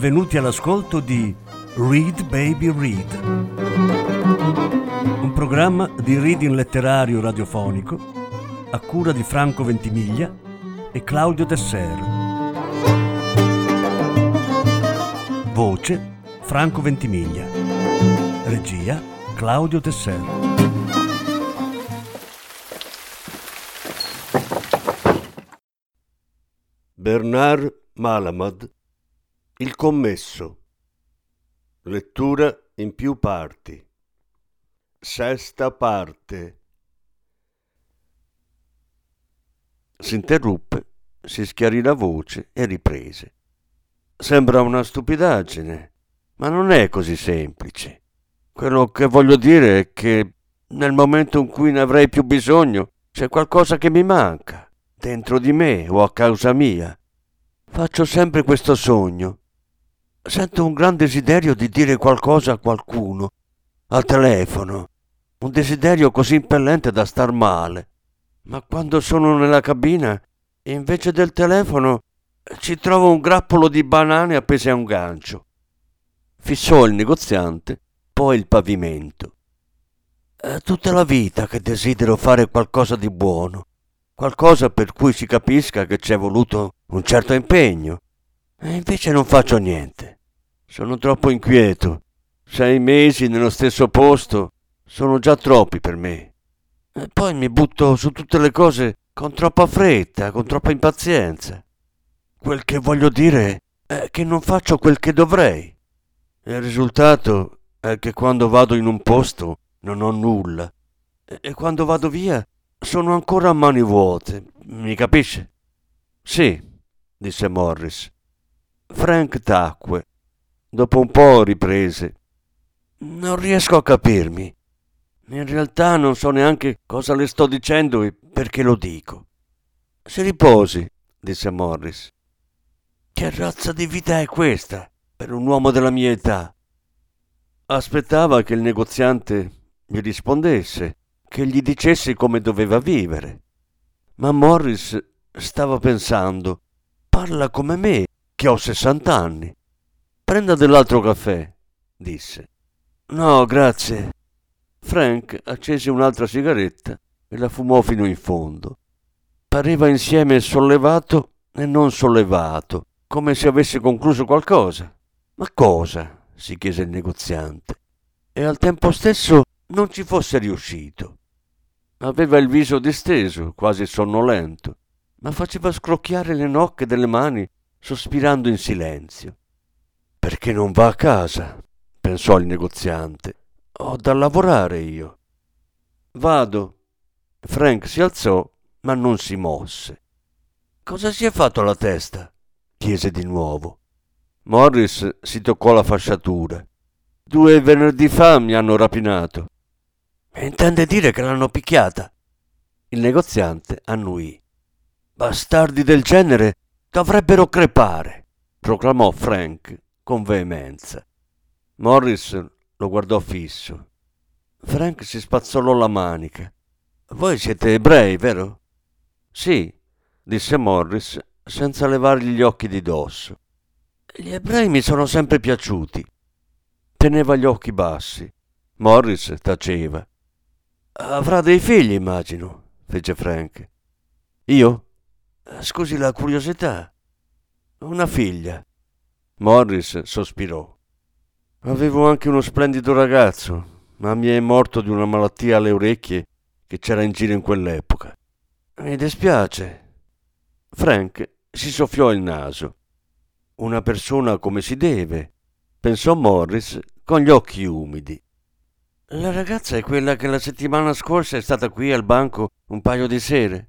benvenuti all'ascolto di Read Baby Read, un programma di reading letterario radiofonico a cura di Franco Ventimiglia e Claudio Desser. Voce Franco Ventimiglia. Regia Claudio Desser. Bernard Malamud, Il commesso. Lettura in più parti. Sesta parte. Si interruppe, si schiarì la voce e riprese. Sembra una stupidaggine, ma non è così semplice. Quello che voglio dire è che nel momento in cui ne avrei più bisogno c'è qualcosa che mi manca, dentro di me o a causa mia. Faccio sempre questo sogno. Sento un gran desiderio di dire qualcosa a qualcuno, al telefono, un desiderio così impellente da star male. Ma quando sono nella cabina, invece del telefono, ci trovo un grappolo di banane appese a un gancio. Fissò il negoziante, poi il pavimento. È tutta la vita che desidero fare qualcosa di buono, qualcosa per cui si capisca che ci è voluto un certo impegno. E invece non faccio niente. Sono troppo inquieto. 6 mesi nello stesso posto sono già troppi per me. E poi mi butto su tutte le cose con troppa fretta, con troppa impazienza. Quel che voglio dire è che non faccio quel che dovrei. E il risultato è che quando vado in un posto non ho nulla. E quando vado via sono ancora a mani vuote. Mi capisce? Sì, disse Morris. Frank tacque. Dopo un po' riprese. Non riesco a capirmi. In realtà non so neanche cosa le sto dicendo e perché lo dico. Si riposi, disse Morris. Che razza di vita è questa per un uomo della mia età? Aspettava che il negoziante gli rispondesse, che gli dicesse come doveva vivere. Ma Morris stava pensando: parla come me, che ho 60 anni. Prenda dell'altro caffè, disse. No, grazie. Frank accese un'altra sigaretta e la fumò fino in fondo. Pareva insieme sollevato e non sollevato, come se avesse concluso qualcosa. Ma cosa? Si chiese il negoziante. E al tempo stesso non ci fosse riuscito. Aveva il viso disteso, quasi sonnolento, ma faceva scrocchiare le nocche delle mani, sospirando in silenzio. Perché non va a casa? Pensò il negoziante. Ho da lavorare io. Vado. Frank si alzò, ma non si mosse. Cosa si è fatto alla testa? Chiese di nuovo. Morris si toccò la fasciatura. 2 venerdì fa mi hanno rapinato. Intende dire che l'hanno picchiata? Il negoziante annuì. Bastardi del genere dovrebbero crepare, proclamò Frank con veemenza. Morris lo guardò fisso. Frank si spazzolò la manica. Voi siete ebrei, vero? Sì, disse Morris senza levargli gli occhi di dosso. Gli ebrei mi sono sempre piaciuti. Teneva gli occhi bassi. Morris taceva. Avrà dei figli, immagino, fece Frank. Io? Scusi la curiosità. Una figlia. Morris sospirò. Avevo anche uno splendido ragazzo, ma mi è morto di una malattia alle orecchie che c'era in giro in quell'epoca. Mi dispiace. Frank si soffiò il naso. Una persona come si deve, pensò Morris con gli occhi umidi. La ragazza è quella che la settimana scorsa è stata qui al banco un paio di sere?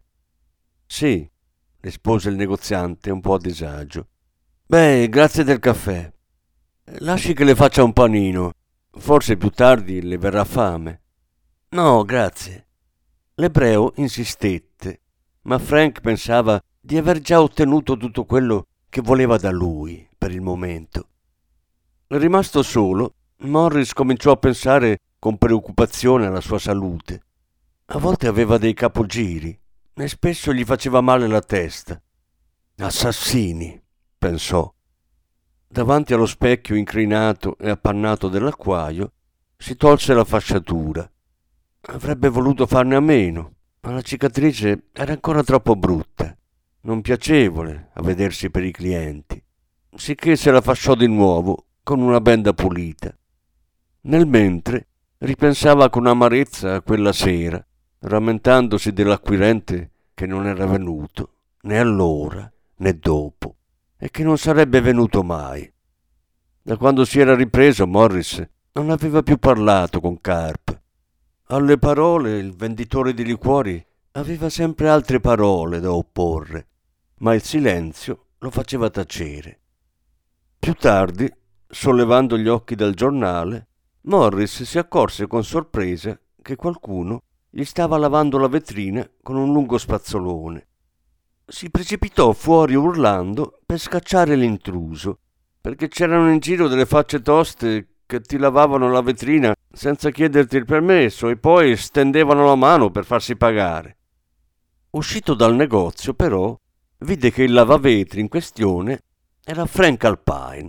Sì, rispose il negoziante un po' a disagio. Beh, grazie del caffè. Lasci che le faccia un panino. Forse più tardi le verrà fame. No, grazie. L'ebreo insistette, ma Frank pensava di aver già ottenuto tutto quello che voleva da lui per il momento. Rimasto solo, Morris cominciò a pensare con preoccupazione alla sua salute. A volte aveva dei capogiri e spesso gli faceva male la testa. Assassini, pensò. davanti allo specchio incrinato e appannato dell'acquaio, si tolse la fasciatura. Avrebbe voluto farne a meno, ma la cicatrice era ancora troppo brutta, non piacevole a vedersi per i clienti, sicché se la fasciò di nuovo con una benda pulita. Nel mentre ripensava con amarezza a quella sera, rammentandosi dell'acquirente che non era venuto né allora né dopo e che non sarebbe venuto mai. Da quando si era ripreso, Morris non aveva più parlato con Carp. Alle parole il venditore di liquori aveva sempre altre parole da opporre, ma il silenzio lo faceva tacere. Più tardi, sollevando gli occhi dal giornale, Morris si accorse con sorpresa che qualcuno gli stava lavando la vetrina con un lungo spazzolone. Si precipitò fuori urlando per scacciare l'intruso, perché c'erano in giro delle facce toste che ti lavavano la vetrina senza chiederti il permesso e poi stendevano la mano per farsi pagare. Uscito dal negozio, però, vide che il lavavetri in questione era Frank Alpine.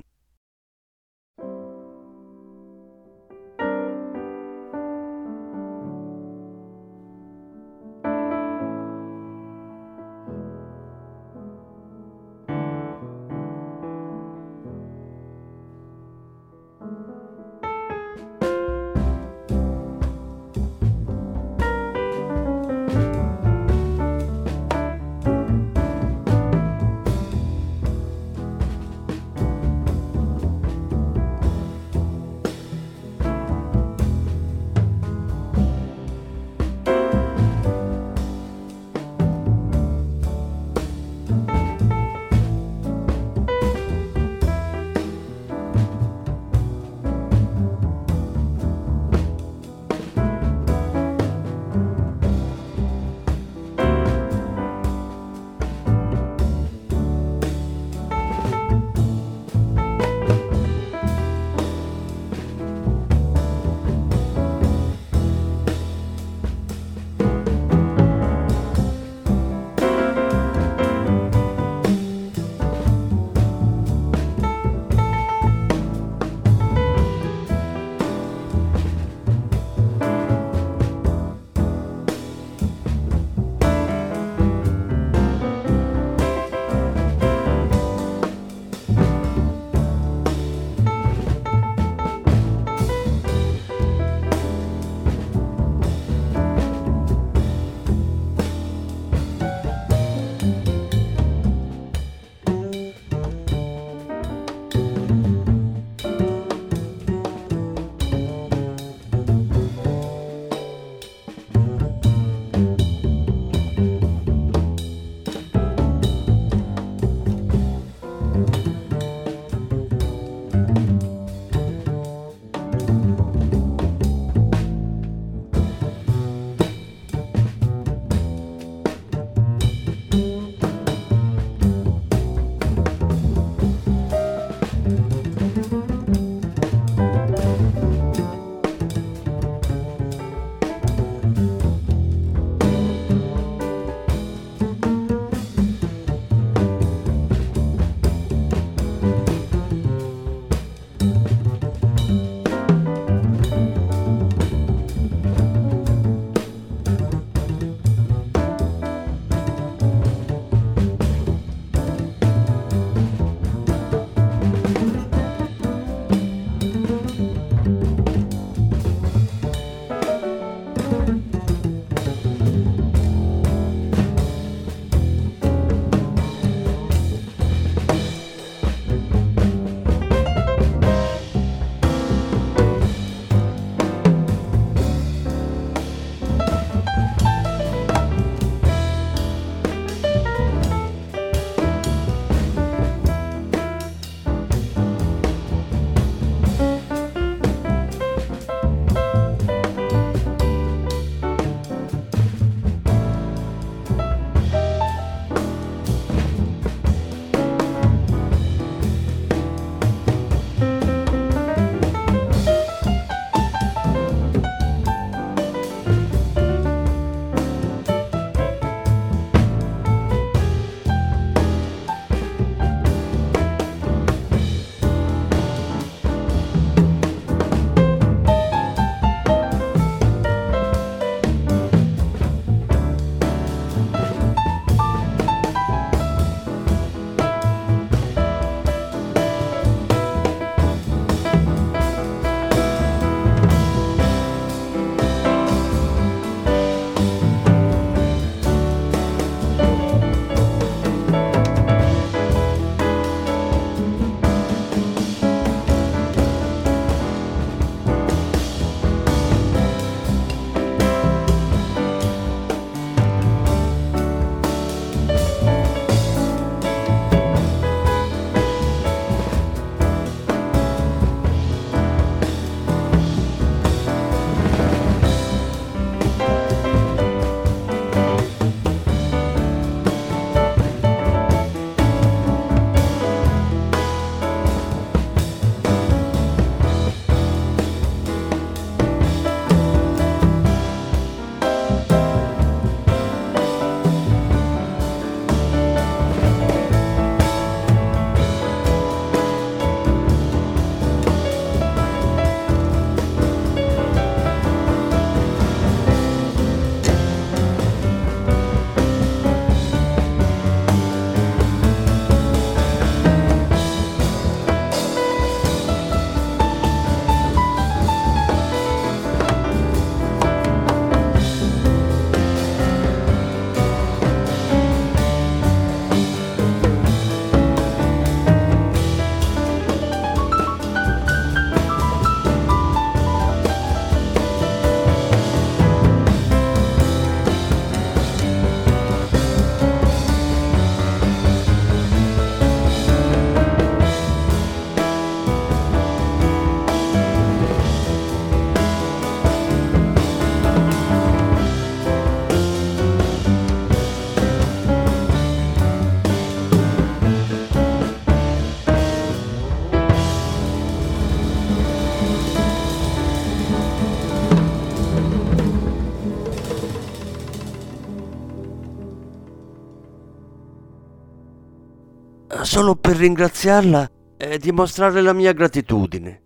solo per ringraziarla e dimostrare la mia gratitudine.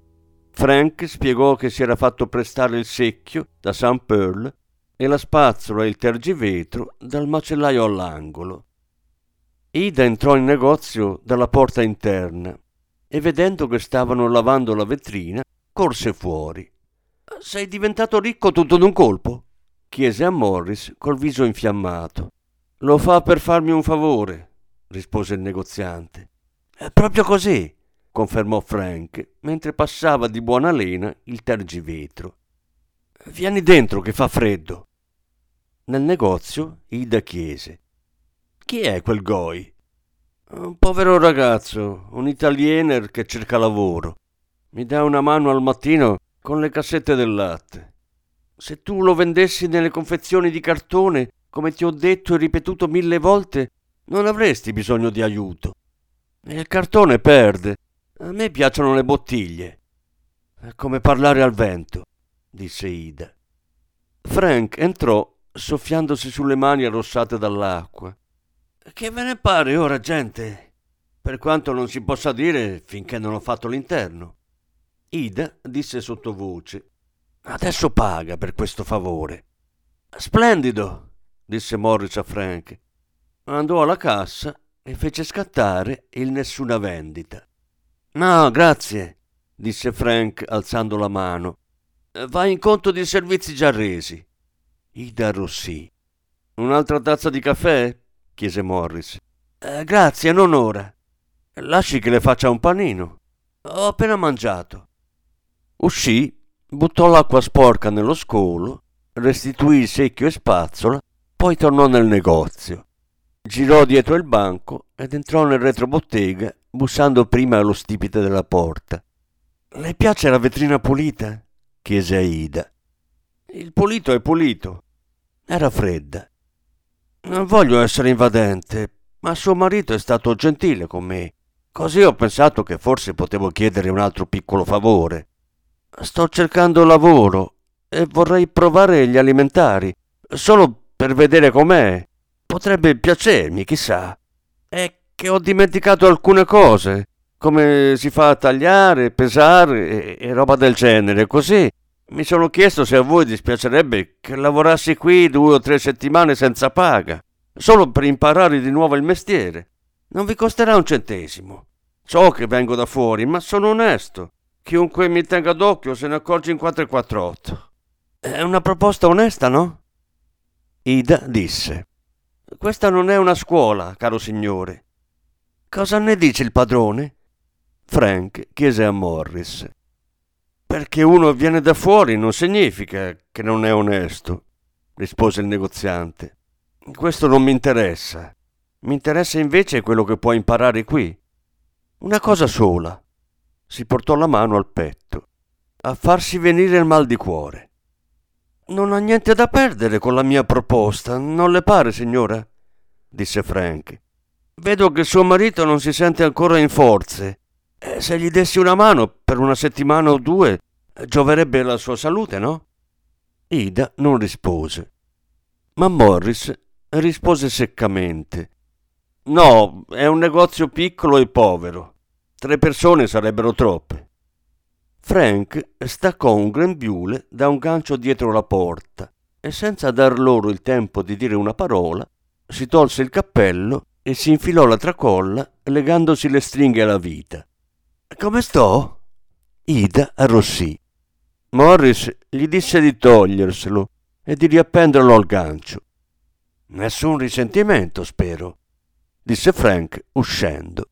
Frank spiegò che si era fatto prestare il secchio da St. Pearl e la spazzola e il tergivetro dal macellaio all'angolo. Ida entrò in negozio dalla porta interna e, vedendo che stavano lavando la vetrina, corse fuori. «Sei diventato ricco tutto d'un colpo?» chiese a Morris col viso infiammato. «Lo fa per farmi un favore», rispose il negoziante. «È proprio così», confermò Frank mentre passava di buona lena il tergivetro. «Vieni dentro che fa freddo». Nel negozio Ida chiese: «Chi è quel Goi?» «Un povero ragazzo, un italiener che cerca lavoro. Mi dà una mano al mattino con le cassette del latte. Se tu lo vendessi nelle confezioni di cartone, come ti ho detto e ripetuto 1000 volte, non avresti bisogno di aiuto. Il cartone perde. A me piacciono le bottiglie». «È come parlare al vento», disse Ida. Frank entrò soffiandosi sulle mani arrossate dall'acqua. «Che ve ne pare ora, gente? Per quanto non si possa dire finché non ho fatto l'interno». Ida disse sottovoce: «Adesso paga per questo favore». «Splendido», disse Morris a Frank. Andò alla cassa e fece scattare il nessuna vendita. «No, grazie», disse Frank alzando la mano. «Va in conto di servizi già resi». Ida arrossì. «Un'altra tazza di caffè?» chiese Morris. «Grazie, non ora». «Lasci che le faccia un panino. Ho appena mangiato». Uscì, buttò l'acqua sporca nello scolo, restituì secchio e spazzola, poi tornò nel negozio. Girò dietro il banco ed entrò nel retrobottega, bussando prima allo stipite della porta. «Le piace la vetrina pulita?» chiese a Ida. «Il pulito è pulito». Era fredda. «Non voglio essere invadente, ma suo marito è stato gentile con me. Così ho pensato che forse potevo chiedere un altro piccolo favore. Sto cercando lavoro e vorrei provare gli alimentari, solo per vedere com'è. Potrebbe piacermi, chissà. È che ho dimenticato alcune cose, come si fa a tagliare, pesare e roba del genere. Così mi sono chiesto se a voi dispiacerebbe che lavorassi qui 2 o 3 settimane senza paga, solo per imparare di nuovo il mestiere. Non vi costerà un centesimo. So che vengo da fuori, ma sono onesto. Chiunque mi tenga d'occhio se ne accorge in 448. È una proposta onesta, no?» Ida disse: «Questa non è una scuola, caro signore». «Cosa ne dice il padrone?» Frank chiese a Morris. «Perché uno viene da fuori non significa che non è onesto», rispose il negoziante. «Questo non mi interessa. Mi interessa invece quello che puoi imparare qui. Una cosa sola». Si portò la mano al petto. «A farsi venire il mal di cuore». «Non ha niente da perdere con la mia proposta, non le pare, signora?» disse Frank. «Vedo che suo marito non si sente ancora in forze. Se gli dessi una mano per una settimana o 2, gioverebbe alla sua salute, no?» Ida non rispose, ma Morris rispose seccamente: «No, è un negozio piccolo e povero. 3 persone sarebbero troppe». Frank staccò un grembiule da un gancio dietro la porta e, senza dar loro il tempo di dire una parola, si tolse il cappello e si infilò la tracolla legandosi le stringhe alla vita. «Come sto?» Ida arrossì. Morris gli disse di toglierselo e di riappenderlo al gancio. «Nessun risentimento, spero», disse Frank uscendo.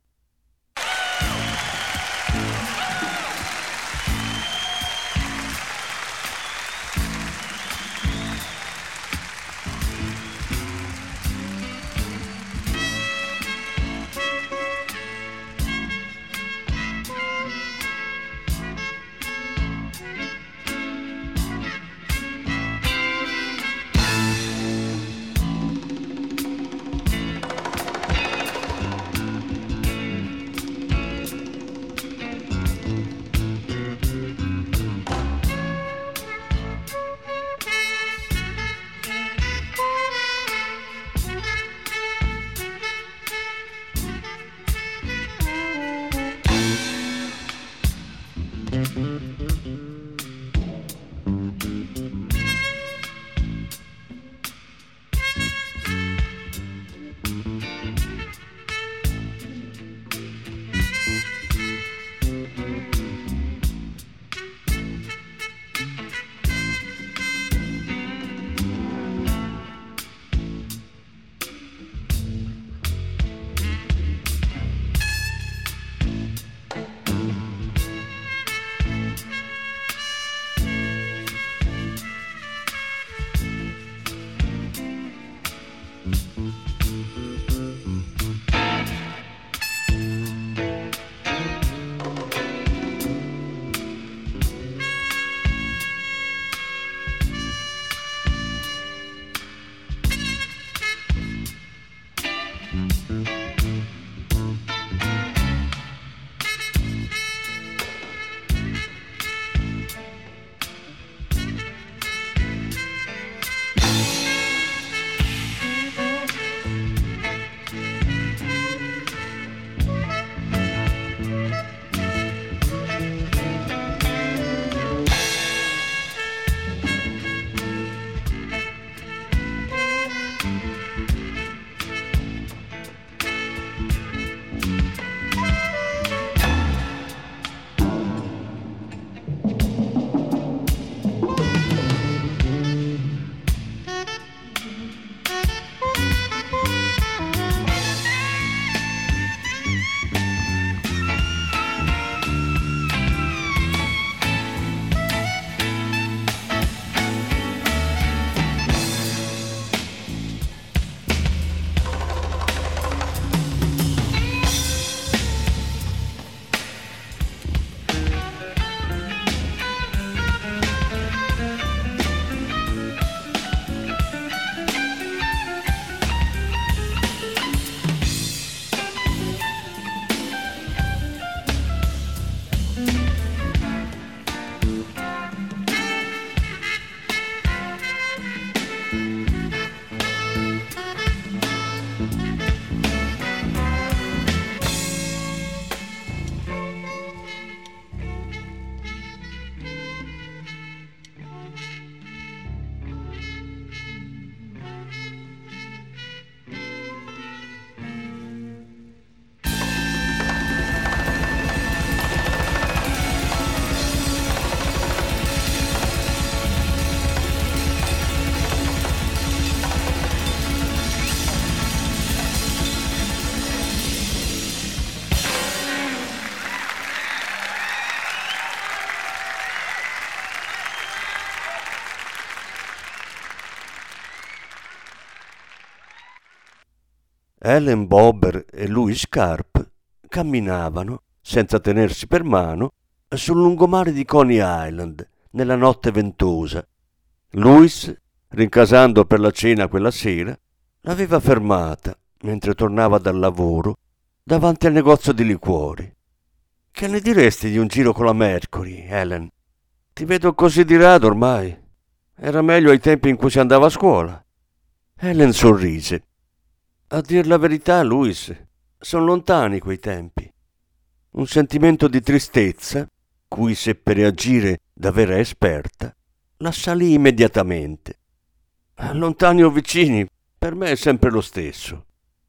Helen Bobber e Louis Sharp camminavano, senza tenersi per mano, sul lungomare di Coney Island, nella notte ventosa. Louis, rincasando per la cena quella sera, l'aveva fermata, mentre tornava dal lavoro, davanti al negozio di liquori. «Che ne diresti di un giro con la Mercury, Helen? Ti vedo così di rado ormai. Era meglio ai tempi in cui si andava a scuola». Helen sorrise. «A dir la verità, Louis, sono lontani quei tempi». Un sentimento di tristezza, cui seppe reagire da vera esperta, l'assalì immediatamente. «Lontani o vicini, per me è sempre lo stesso».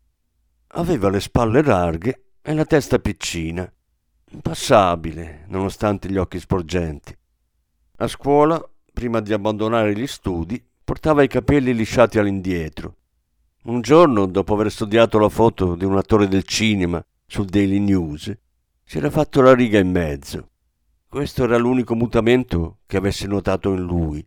Aveva le spalle larghe e la testa piccina, passabile nonostante gli occhi sporgenti. A scuola, prima di abbandonare gli studi, portava i capelli lisciati all'indietro. Un giorno, dopo aver studiato la foto di un attore del cinema sul Daily News, si era fatto la riga in mezzo. Questo era l'unico mutamento che avesse notato in lui.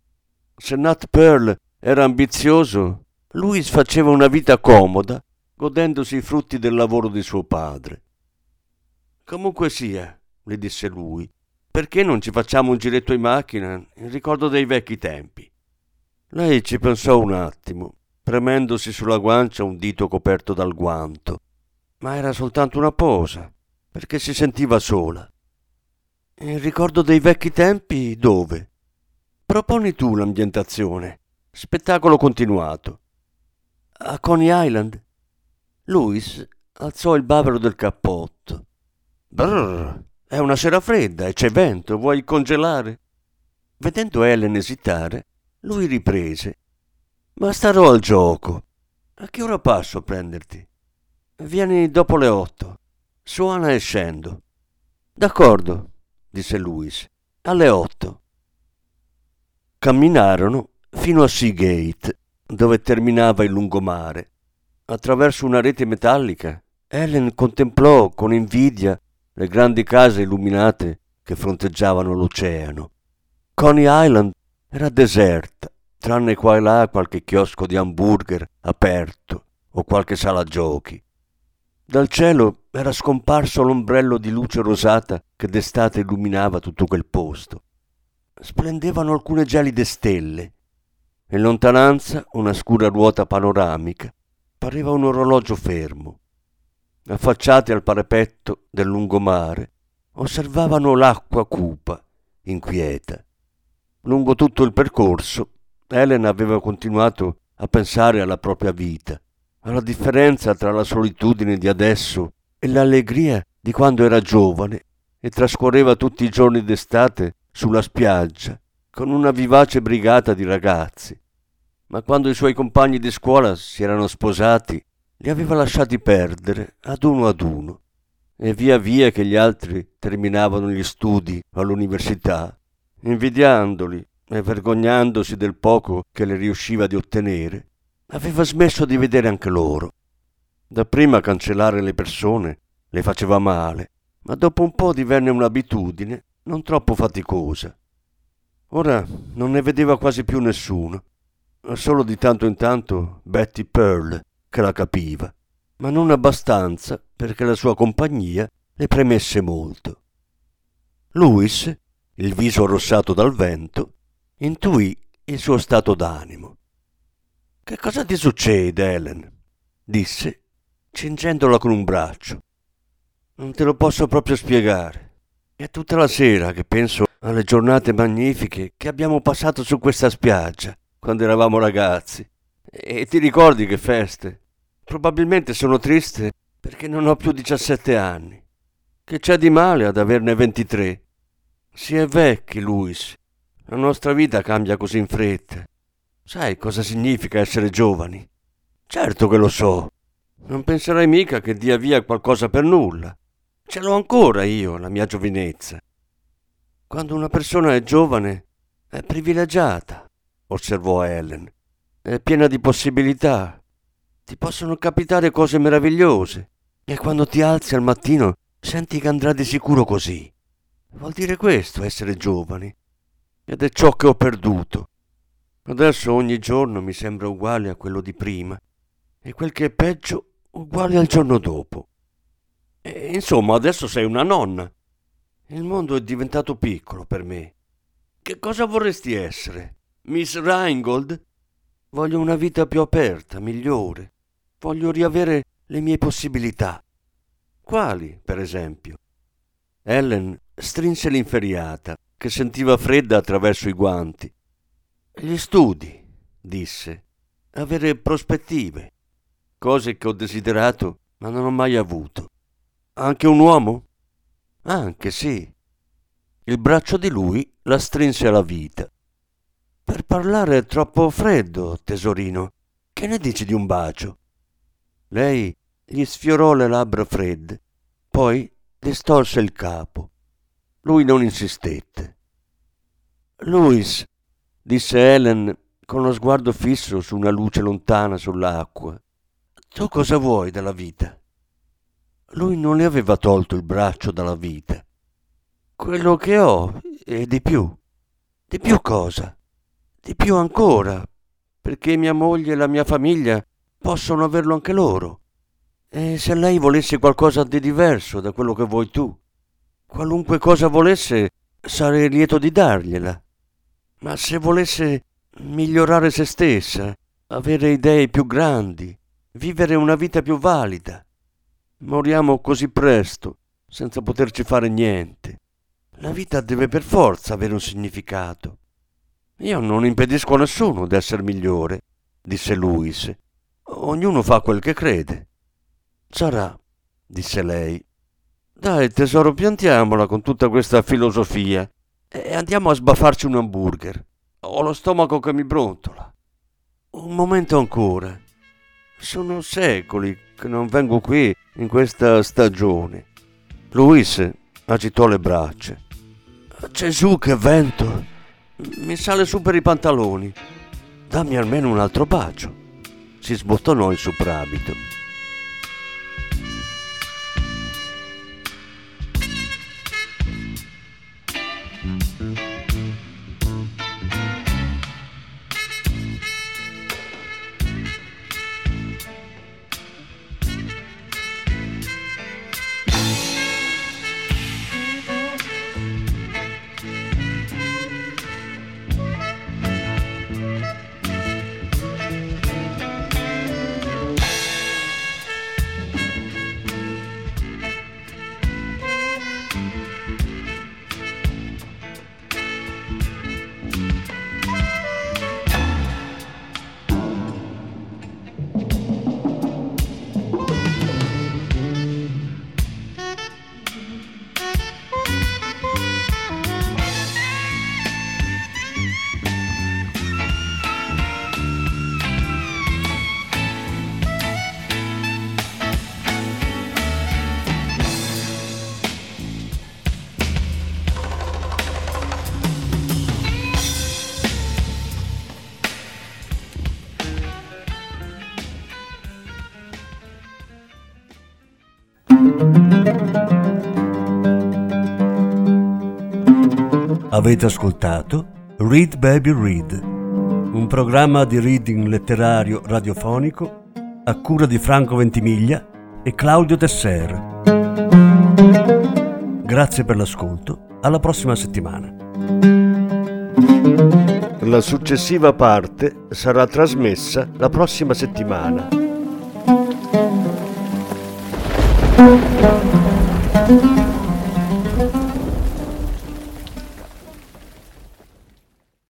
Se Nat Pearl era ambizioso, Louis faceva una vita comoda, godendosi i frutti del lavoro di suo padre. «Comunque sia», le disse lui, «perché non ci facciamo un giretto in macchina in ricordo dei vecchi tempi?» Lei ci pensò un attimo, premendosi sulla guancia un dito coperto dal guanto, ma era soltanto una posa, perché si sentiva sola. «In ricordo dei vecchi tempi dove?» «Proponi tu l'ambientazione. Spettacolo continuato». «A Coney Island?» Louis alzò il bavero del cappotto. «Brrr, è una sera fredda e c'è vento, vuoi congelare?» Vedendo Helen esitare, lui riprese. «Ma starò al gioco. A che ora passo a prenderti?» «Vieni dopo le 8. Suona e scendo». «D'accordo», disse Louis, «alle 8». Camminarono fino a Seagate, dove terminava il lungomare. Attraverso una rete metallica, Helen contemplò con invidia le grandi case illuminate che fronteggiavano l'oceano. Coney Island era deserta, tranne qua e là qualche chiosco di hamburger aperto o qualche sala giochi. Dal cielo era scomparso l'ombrello di luce rosata che d'estate illuminava tutto quel posto. Splendevano alcune gelide stelle. In lontananza una scura ruota panoramica pareva un orologio fermo. Affacciati al parapetto del lungomare, osservavano l'acqua cupa, inquieta. Lungo tutto il percorso, Helen aveva continuato a pensare alla propria vita, alla differenza tra la solitudine di adesso e l'allegria di quando era giovane e trascorreva tutti i giorni d'estate sulla spiaggia con una vivace brigata di ragazzi. Ma quando i suoi compagni di scuola si erano sposati, li aveva lasciati perdere ad uno, e via via che gli altri terminavano gli studi all'università, invidiandoli e vergognandosi del poco che le riusciva di ottenere, aveva smesso di vedere anche loro. Dapprima cancellare le persone le faceva male, ma dopo un po' divenne un'abitudine non troppo faticosa. Ora non ne vedeva quasi più nessuno. Solo di tanto in tanto Betty Pearl, che la capiva, ma non abbastanza perché la sua compagnia le premesse molto. Louis, il viso arrossato dal vento, intuì il suo stato d'animo. «Che cosa ti succede, Helen?» disse, cingendola con un braccio. «Non te lo posso proprio spiegare. È tutta la sera che penso alle giornate magnifiche che abbiamo passato su questa spiaggia quando eravamo ragazzi. E ti ricordi che feste? Probabilmente sono triste perché non ho più 17 anni. Che c'è di male ad averne 23? Si è vecchi, Louis. La nostra vita cambia così in fretta. Sai cosa significa essere giovani?» «Certo che lo so. Non penserai mica che dia via qualcosa per nulla. Ce l'ho ancora io, la mia giovinezza». «Quando una persona è giovane è privilegiata», osservò Helen. «È piena di possibilità. Ti possono capitare cose meravigliose e quando ti alzi al mattino senti che andrà di sicuro così. Vuol dire questo, essere giovani. Ed è ciò che ho perduto. Adesso ogni giorno mi sembra uguale a quello di prima e quel che è peggio, uguali al giorno dopo. E, insomma, adesso sei una nonna. Il mondo è diventato piccolo per me. Che cosa vorresti essere? Miss Rheingold? Voglio una vita più aperta, migliore. Voglio riavere le mie possibilità. Quali, per esempio? Ellen strinse l'inferriata, che sentiva fredda attraverso i guanti. Gli studi, disse. Avere prospettive. Cose che ho desiderato ma non ho mai avuto. Anche un uomo? Anche sì. Il braccio di lui la strinse alla vita. Per parlare è troppo freddo, tesorino. Che ne dici di un bacio? Lei gli sfiorò le labbra fredde, poi distolse il capo. Lui non insistette. Louis, disse Helen con lo sguardo fisso su una luce lontana sull'acqua, tu cosa vuoi dalla vita? Lui non le aveva tolto il braccio dalla vita. Quello che ho e di più. Di più cosa? Di più ancora, perché mia moglie e la mia famiglia possono averlo anche loro. E se lei volesse qualcosa di diverso da quello che vuoi tu, qualunque cosa volesse, sarei lieto di dargliela. Ma se volesse migliorare se stessa, avere idee più grandi, vivere una vita più valida. Moriamo così presto, senza poterci fare niente. La vita deve per forza avere un significato. Io non impedisco a nessuno di essere migliore, disse Louis. Ognuno fa quel che crede. Sarà, disse lei. Dai, tesoro, piantiamola con tutta questa filosofia e andiamo a sbaffarci un hamburger. Ho lo stomaco che mi brontola. Un momento ancora. Sono secoli che non vengo qui in questa stagione. Louis agitò le braccia. Gesù, che vento! Mi sale su per i pantaloni. Dammi almeno un altro bacio. Si sbottonò il soprabito. Avete ascoltato Read Baby Read, un programma di reading letterario radiofonico a cura di Franco Ventimiglia e Claudio Tesser. Grazie per l'ascolto, alla prossima settimana. La successiva parte sarà trasmessa la prossima settimana.